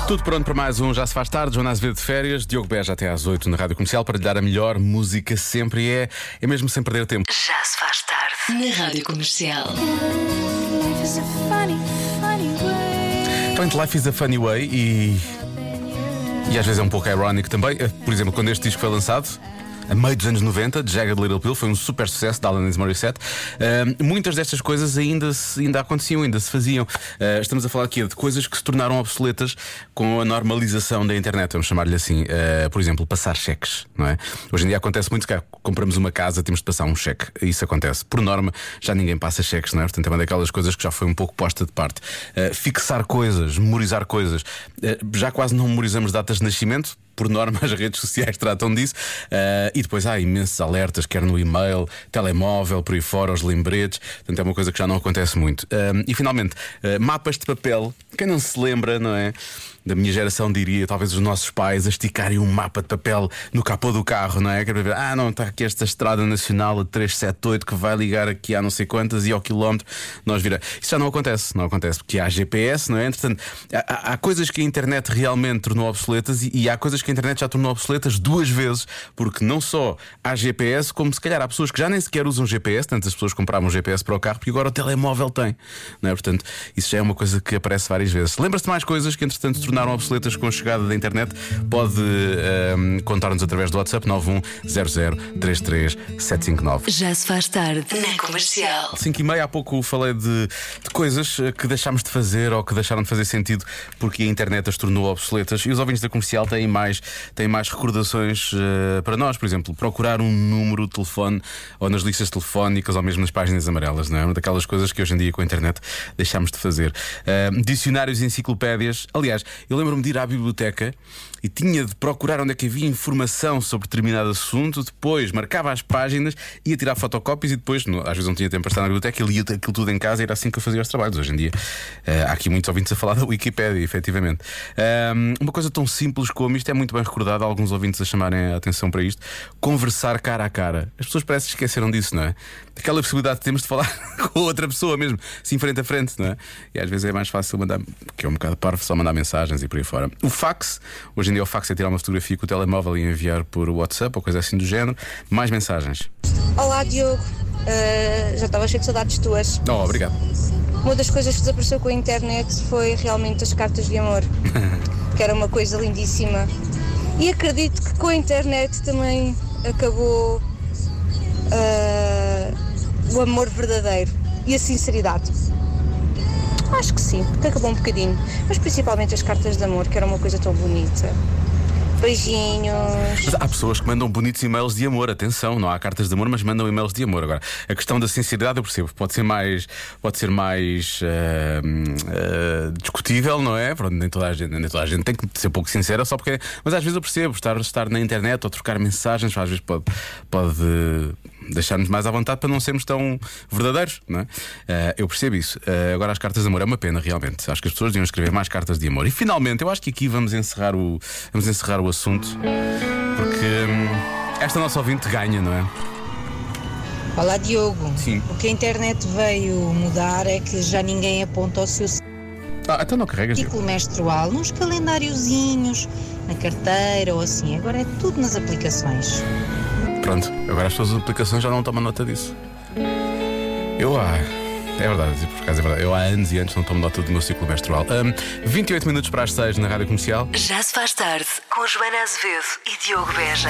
Tudo pronto para mais um Já se faz tarde. Joana Azevedo de férias, Diogo Beja até às 8 na Rádio Comercial para lhe dar a melhor música sempre. E é mesmo sem perder tempo. Já se faz tarde na Rádio Comercial. Portanto, Life is a Funny Way e às vezes é um pouco irónico também. Por exemplo, quando este disco foi lançado, a meio dos anos 90, de Jagged Little Pill, foi um super sucesso da Alanis Morissette. Muitas destas coisas ainda aconteciam, ainda se faziam. Estamos a falar aqui de coisas que se tornaram obsoletas com a normalização da internet, vamos chamar-lhe assim. Por exemplo, passar cheques, não é? Hoje em dia acontece muito que compramos uma casa, temos de passar um cheque. Isso acontece. Por norma, já ninguém passa cheques, não é? Portanto, é uma daquelas coisas que já foi um pouco posta de parte. Fixar coisas, memorizar coisas. Já quase não memorizamos datas de nascimento. Por norma, as redes sociais tratam disso. E depois há imensos alertas, quer no e-mail, telemóvel, por aí fora, os lembretes. Portanto, é uma coisa que já não acontece muito. E finalmente, mapas de papel. Quem não se lembra, não é? Da minha geração diria, talvez os nossos pais a esticarem um mapa de papel no capô do carro, não é? Quer ver, não, está aqui esta estrada nacional a 378 que vai ligar aqui a não sei quantas e ao quilómetro nós vira. Isso já não acontece, porque há GPS, não é? Entretanto, há coisas que a internet realmente tornou obsoletas e há coisas que a internet já tornou obsoletas duas vezes, porque não só há GPS, como se calhar há pessoas que já nem sequer usam GPS, tanto as pessoas compravam GPS para o carro, porque agora o telemóvel tem, não é? Portanto, isso já é uma coisa que aparece várias vezes. Lembra-se de mais coisas que entretanto se tornaram obsoletas com a chegada da internet? Pode contar-nos através do WhatsApp 910033759. Já se faz tarde na Comercial. 5h30, há pouco falei de coisas que deixámos de fazer ou que deixaram de fazer sentido porque a internet as tornou obsoletas. E os ouvintes da Comercial têm mais recordações para nós. Por exemplo, procurar um número de telefone ou nas listas telefónicas ou mesmo nas páginas amarelas, não é? Uma daquelas coisas que hoje em dia com a internet deixámos de fazer. Dicionários e enciclopédias. Aliás, eu lembro-me de ir à biblioteca e tinha de procurar onde é que havia informação sobre determinado assunto. Depois marcava as páginas, ia tirar fotocópias e depois, às vezes não tinha tempo para estar na biblioteca, ele ia aquilo tudo em casa e era assim que eu fazia os trabalhos. Hoje em dia há aqui muitos ouvintes a falar da Wikipédia, efetivamente. Uma coisa tão simples como isto é muito bem recordado, há alguns ouvintes a chamarem a atenção para isto: conversar cara a cara. As pessoas parecem que esqueceram disso, não é? Aquela possibilidade que temos de falar com outra pessoa mesmo, assim frente a frente, não é? E às vezes é mais fácil mandar, porque é um bocado parvo, só mandar mensagens e por aí fora. O fax, hoje em dia o fax é tirar uma fotografia com o telemóvel e enviar por WhatsApp ou coisa assim do género. Mais mensagens. Olá Diogo, já estava cheio de saudades tuas. Obrigado. Uma das coisas que desapareceu com a internet foi realmente as cartas de amor, que era uma coisa lindíssima. E acredito que com a internet também acabou o amor verdadeiro e a sinceridade. Acho que sim, que acabou um bocadinho, mas principalmente as cartas de amor, que era uma coisa tão bonita. Beijinhos. Mas há pessoas que mandam bonitos e-mails de amor. Atenção, não há cartas de amor, mas mandam e-mails de amor. Agora, a questão da sinceridade eu percebo. Pode ser mais discutível, não é? Pronto, nem toda a gente tem que ser pouco sincera só porque. Mas às vezes eu percebo, estar na internet ou trocar mensagens, às vezes pode deixar-nos mais à vontade para não sermos tão verdadeiros, não é? Eu percebo isso. Agora, as cartas de amor é uma pena, realmente. Acho que as pessoas deviam escrever mais cartas de amor. E finalmente, eu acho que aqui vamos encerrar o assunto, porque esta nossa ouvinte ganha, não é? Olá Diogo. Sim. O que a internet veio mudar é que já ninguém aponta o seu Então não carregas, ciclo menstrual nos calendáriozinhos, na carteira ou assim. Agora é tudo nas aplicações. Pronto, agora as pessoas das aplicações já não tomam nota disso. É verdade, por acaso é verdade. Eu há anos e anos não tomo nota do meu ciclo menstrual. 28 minutos para as 6 na Rádio Comercial. Já se faz tarde com Joana Azevedo e Diogo Beja.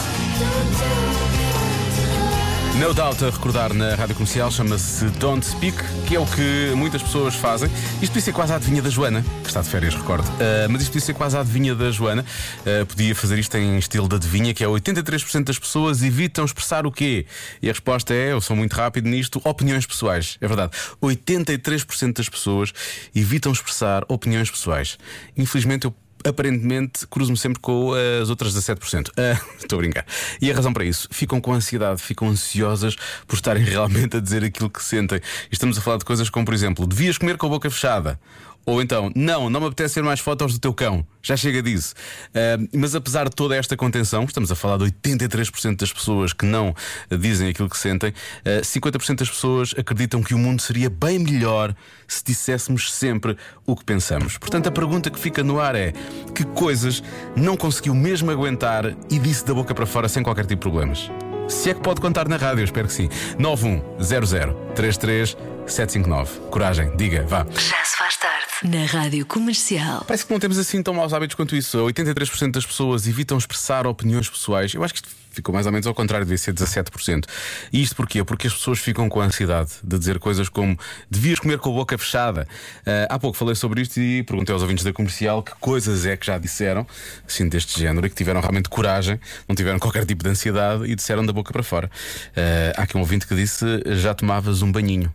No Doubt a recordar na Rádio Comercial, chama-se Don't Speak, que é o que muitas pessoas fazem. Isto podia ser quase a adivinha da Joana, que está de férias, recordo. Mas isto podia ser quase a adivinha da Joana. Podia fazer isto em estilo de adivinha, que é 83% das pessoas evitam expressar o quê? E a resposta é, eu sou muito rápido nisto, opiniões pessoais. É verdade, 83% das pessoas evitam expressar opiniões pessoais. Infelizmente eu aparentemente cruzo-me sempre com as outras 17%. Estou a brincar. E a razão para isso: ficam com ansiedade, ficam ansiosas por estarem realmente a dizer aquilo que sentem. E estamos a falar de coisas como, por exemplo, devias comer com a boca fechada, Ou então, não me apetece ser mais fotos do teu cão. Já chega disso. Mas apesar de toda esta contenção, estamos a falar de 83% das pessoas que não dizem aquilo que sentem, 50% das pessoas acreditam que o mundo seria bem melhor se disséssemos sempre o que pensamos. Portanto, a pergunta que fica no ar é: que coisas não conseguiu mesmo aguentar e disse da boca para fora sem qualquer tipo de problemas? Se é que pode contar na rádio, eu espero que sim. 910033759. Coragem, diga, vá. Já se faz tarde na Rádio Comercial. Parece que não temos assim tão maus hábitos quanto isso. 83% das pessoas evitam expressar opiniões pessoais. Eu acho que isto ficou mais ou menos ao contrário, devia ser 17%. E isto porquê? Porque as pessoas ficam com a ansiedade de dizer coisas como: devias comer com a boca fechada. Há pouco falei sobre isto e perguntei aos ouvintes da Comercial que coisas é que já disseram, assim, deste género, e que tiveram realmente coragem, não tiveram qualquer tipo de ansiedade e disseram da boca para fora. Há aqui um ouvinte que disse: já tomavas um banhinho.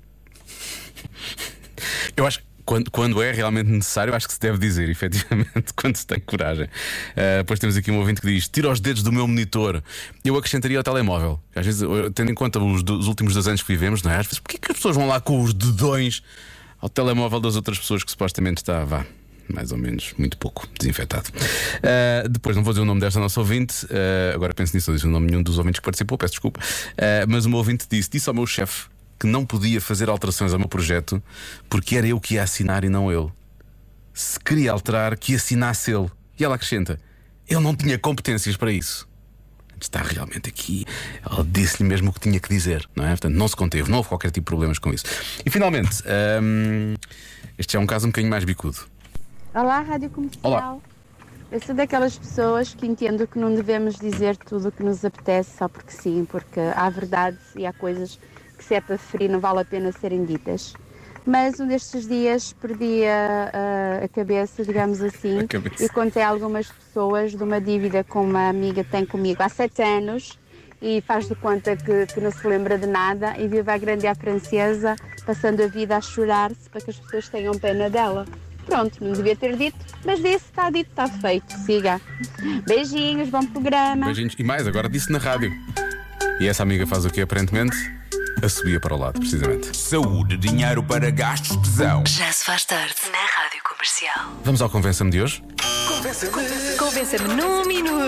Eu acho que quando é realmente necessário, acho que se deve dizer, efetivamente, quando se tem coragem. Depois temos aqui um ouvinte que diz: tira os dedos do meu monitor. Eu acrescentaria o telemóvel. Às vezes, tendo em conta os últimos 2 anos que vivemos, não é? Às vezes, porquê que as pessoas vão lá com os dedões ao telemóvel das outras pessoas que supostamente está, mais ou menos, muito pouco desinfetado. Depois, não vou dizer o nome desta nossa ouvinte. Agora penso nisso, não disse o nome nenhum dos ouvintes que participou, peço desculpa. Mas uma ouvinte disse ao meu chefe que não podia fazer alterações ao meu projeto porque era eu que ia assinar e não ele. Se queria alterar, que assinasse ele. E ela acrescenta: ele não tinha competências para isso. Está realmente aqui. Ela disse-lhe mesmo o que tinha que dizer, não é? Portanto, não se conteve, não houve qualquer tipo de problemas com isso. E finalmente, este é um caso um bocadinho mais bicudo. Olá, Rádio Comercial. Olá. Eu sou daquelas pessoas que entendo que não devemos dizer tudo o que nos apetece só porque sim, porque há verdades e há coisas que, se é para ferir, não vale a pena serem ditas. Mas um destes dias perdi a cabeça, digamos assim, e contei a algumas pessoas de uma dívida que uma amiga tem comigo há 7 anos e faz de conta que não se lembra de nada e vive à grande e à francesa, passando a vida a chorar-se para que as pessoas tenham pena dela. Pronto, não devia ter dito, mas disse, está dito, está feito, siga. Beijinhos, bom programa. Beijinhos. E mais, agora disse na rádio. E essa amiga faz o quê, aparentemente? Assobia para o lado, precisamente. Saúde, dinheiro para gastos, tesão. Já se faz tarde na Rádio Comercial. Vamos ao Convença-me de hoje. Convença-me num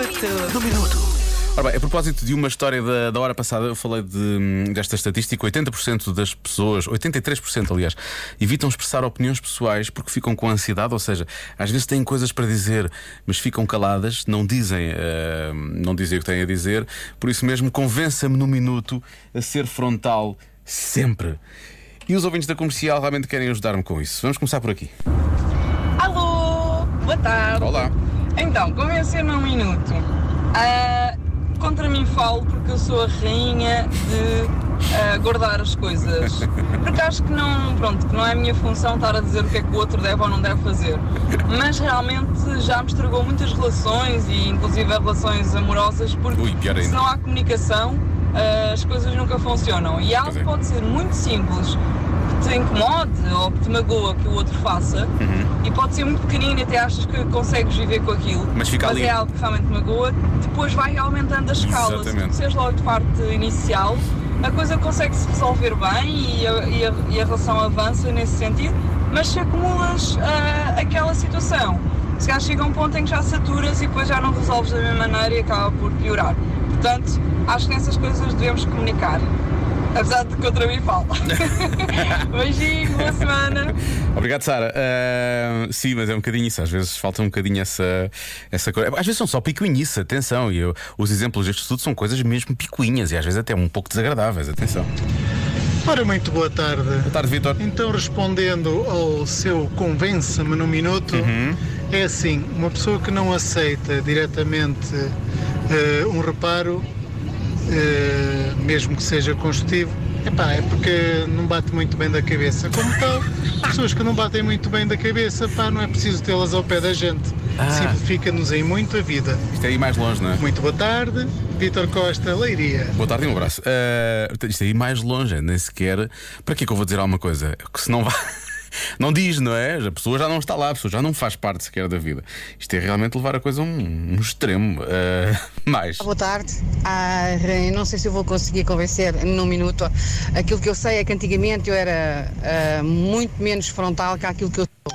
minuto. Ora bem, a propósito de uma história da hora passada, eu falei desta estatística: 80% das pessoas, 83% aliás, evitam expressar opiniões pessoais porque ficam com ansiedade, ou seja, às vezes têm coisas para dizer, mas ficam caladas, não dizem o que têm a dizer. Por isso mesmo, convença-me num minuto a ser frontal sempre. E os ouvintes da Comercial realmente querem ajudar-me com isso. Vamos começar por aqui. Alô, boa tarde. Olá. Então, convencer-me num minuto. Contra mim falo porque eu sou a rainha de guardar as coisas. Porque acho que não é a minha função estar a dizer o que é que o outro deve ou não deve fazer. Mas realmente já me estragou muitas relações e inclusive relações amorosas, porque se não há comunicação, as coisas nunca funcionam. E algo pode ser muito simples, que te incomode ou que te magoa que o outro faça, e pode ser muito pequenino e até achas que consegues viver com aquilo, mas é algo que realmente magoa, depois vai aumentando a escala. Exatamente. Se tu conheces logo de parte inicial, a coisa consegue-se resolver bem e a relação avança nesse sentido, mas se acumulas aquela situação, se calhar chega a um ponto em que já saturas e depois já não resolves da mesma maneira e acaba por piorar. Portanto, acho que nessas coisas devemos comunicar. Apesar de que contra mim falo. Beijinho, boa semana. Obrigado, Sara. Sim, mas é um bocadinho isso. Às vezes falta um bocadinho essa coisa. Às vezes são só picuinhice, atenção. E os exemplos deste estudo são coisas mesmo picuinhas e às vezes até um pouco desagradáveis, atenção. Ora, muito boa tarde. Boa tarde, Vítor. Então, respondendo ao seu convença-me num minuto, é assim: uma pessoa que não aceita diretamente um reparo, mesmo que seja construtivo, é porque não bate muito bem da cabeça. Como tal, pessoas que não batem muito bem da cabeça, não é preciso tê-las ao pé da gente. Simplifica-nos aí muito a vida. Isto é ir mais longe, não é? Muito boa tarde, Vítor Costa, Leiria. Boa tarde e um abraço. Isto é ir mais longe, nem sequer. Para que é que eu vou dizer alguma coisa? Que se não vá. Não diz, não é? A pessoa já não está lá, a pessoa já não faz parte sequer da vida. Isto é realmente levar a coisa a um extremo. Mais. Boa tarde. Não sei se eu vou conseguir convencer num minuto. Aquilo que eu sei é que antigamente eu era muito menos frontal que aquilo que eu sou.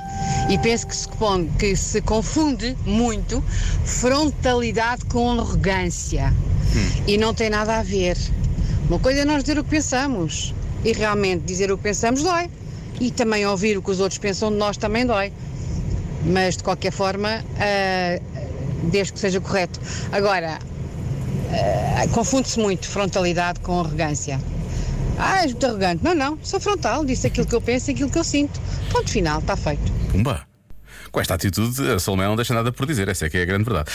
E penso que se confunde muito frontalidade com arrogância. E não tem nada a ver. Uma coisa é nós dizer o que pensamos. E realmente dizer o que pensamos dói. E também ouvir o que os outros pensam de nós também dói. Mas de qualquer forma, desde que seja correto. Agora, confunde-se muito frontalidade com arrogância. És muito arrogante. Não, sou frontal, disse aquilo que eu penso e aquilo que eu sinto. Ponto final, está feito. Pumba! Com esta atitude, a Salomé não deixa nada por dizer, essa é que é a grande verdade.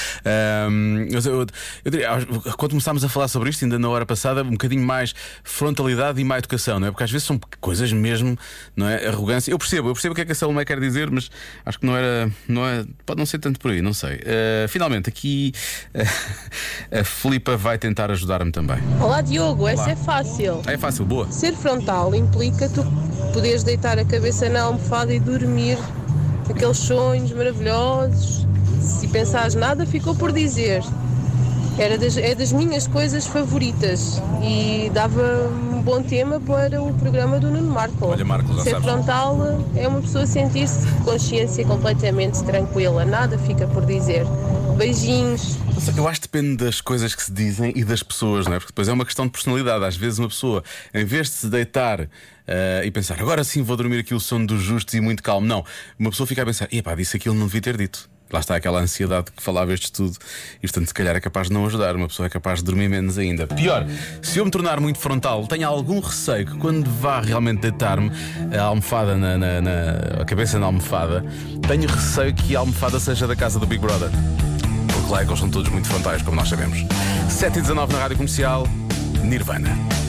Eu diria, quando começámos a falar sobre isto, ainda na hora passada, um bocadinho mais frontalidade e má educação, não é? Porque às vezes são coisas mesmo, não é? Arrogância. Eu percebo o que é que a Salomé quer dizer, mas acho que não é, pode não ser tanto por aí, não sei. Finalmente, aqui a Filipa vai tentar ajudar-me também. Olá, Diogo, Olá. essa é fácil. É fácil, boa. Ser frontal implica tu poderes deitar a cabeça na almofada e dormir aqueles sonhos maravilhosos. Se pensares nada, ficou por dizer. É das minhas coisas favoritas e dava um bom tema para o programa do Nuno Marco. Olha, Marco, já Ser sabes. frontal é uma pessoa sentir-se de consciência completamente tranquila, nada fica por dizer. Beijinhos. Eu acho que depende das coisas que se dizem e das pessoas, não é? Porque depois é uma questão de personalidade. Às vezes uma pessoa, em vez de se deitar e pensar, agora sim vou dormir aqui o sono dos justos e muito calmo, não, uma pessoa fica a pensar, epá, disse aquilo, não devia ter dito. Lá está aquela ansiedade que falava este estudo. E portanto se calhar é capaz de não ajudar. Uma pessoa é capaz de dormir menos ainda. Pior, se eu me tornar muito frontal, tenho algum receio que quando vá realmente deitar-me, a almofada a cabeça na almofada, tenho receio que a almofada seja da casa do Big Brother. Porque lá é que eles são todos muito frontais, como nós sabemos. 7h19 na Rádio Comercial, Nirvana.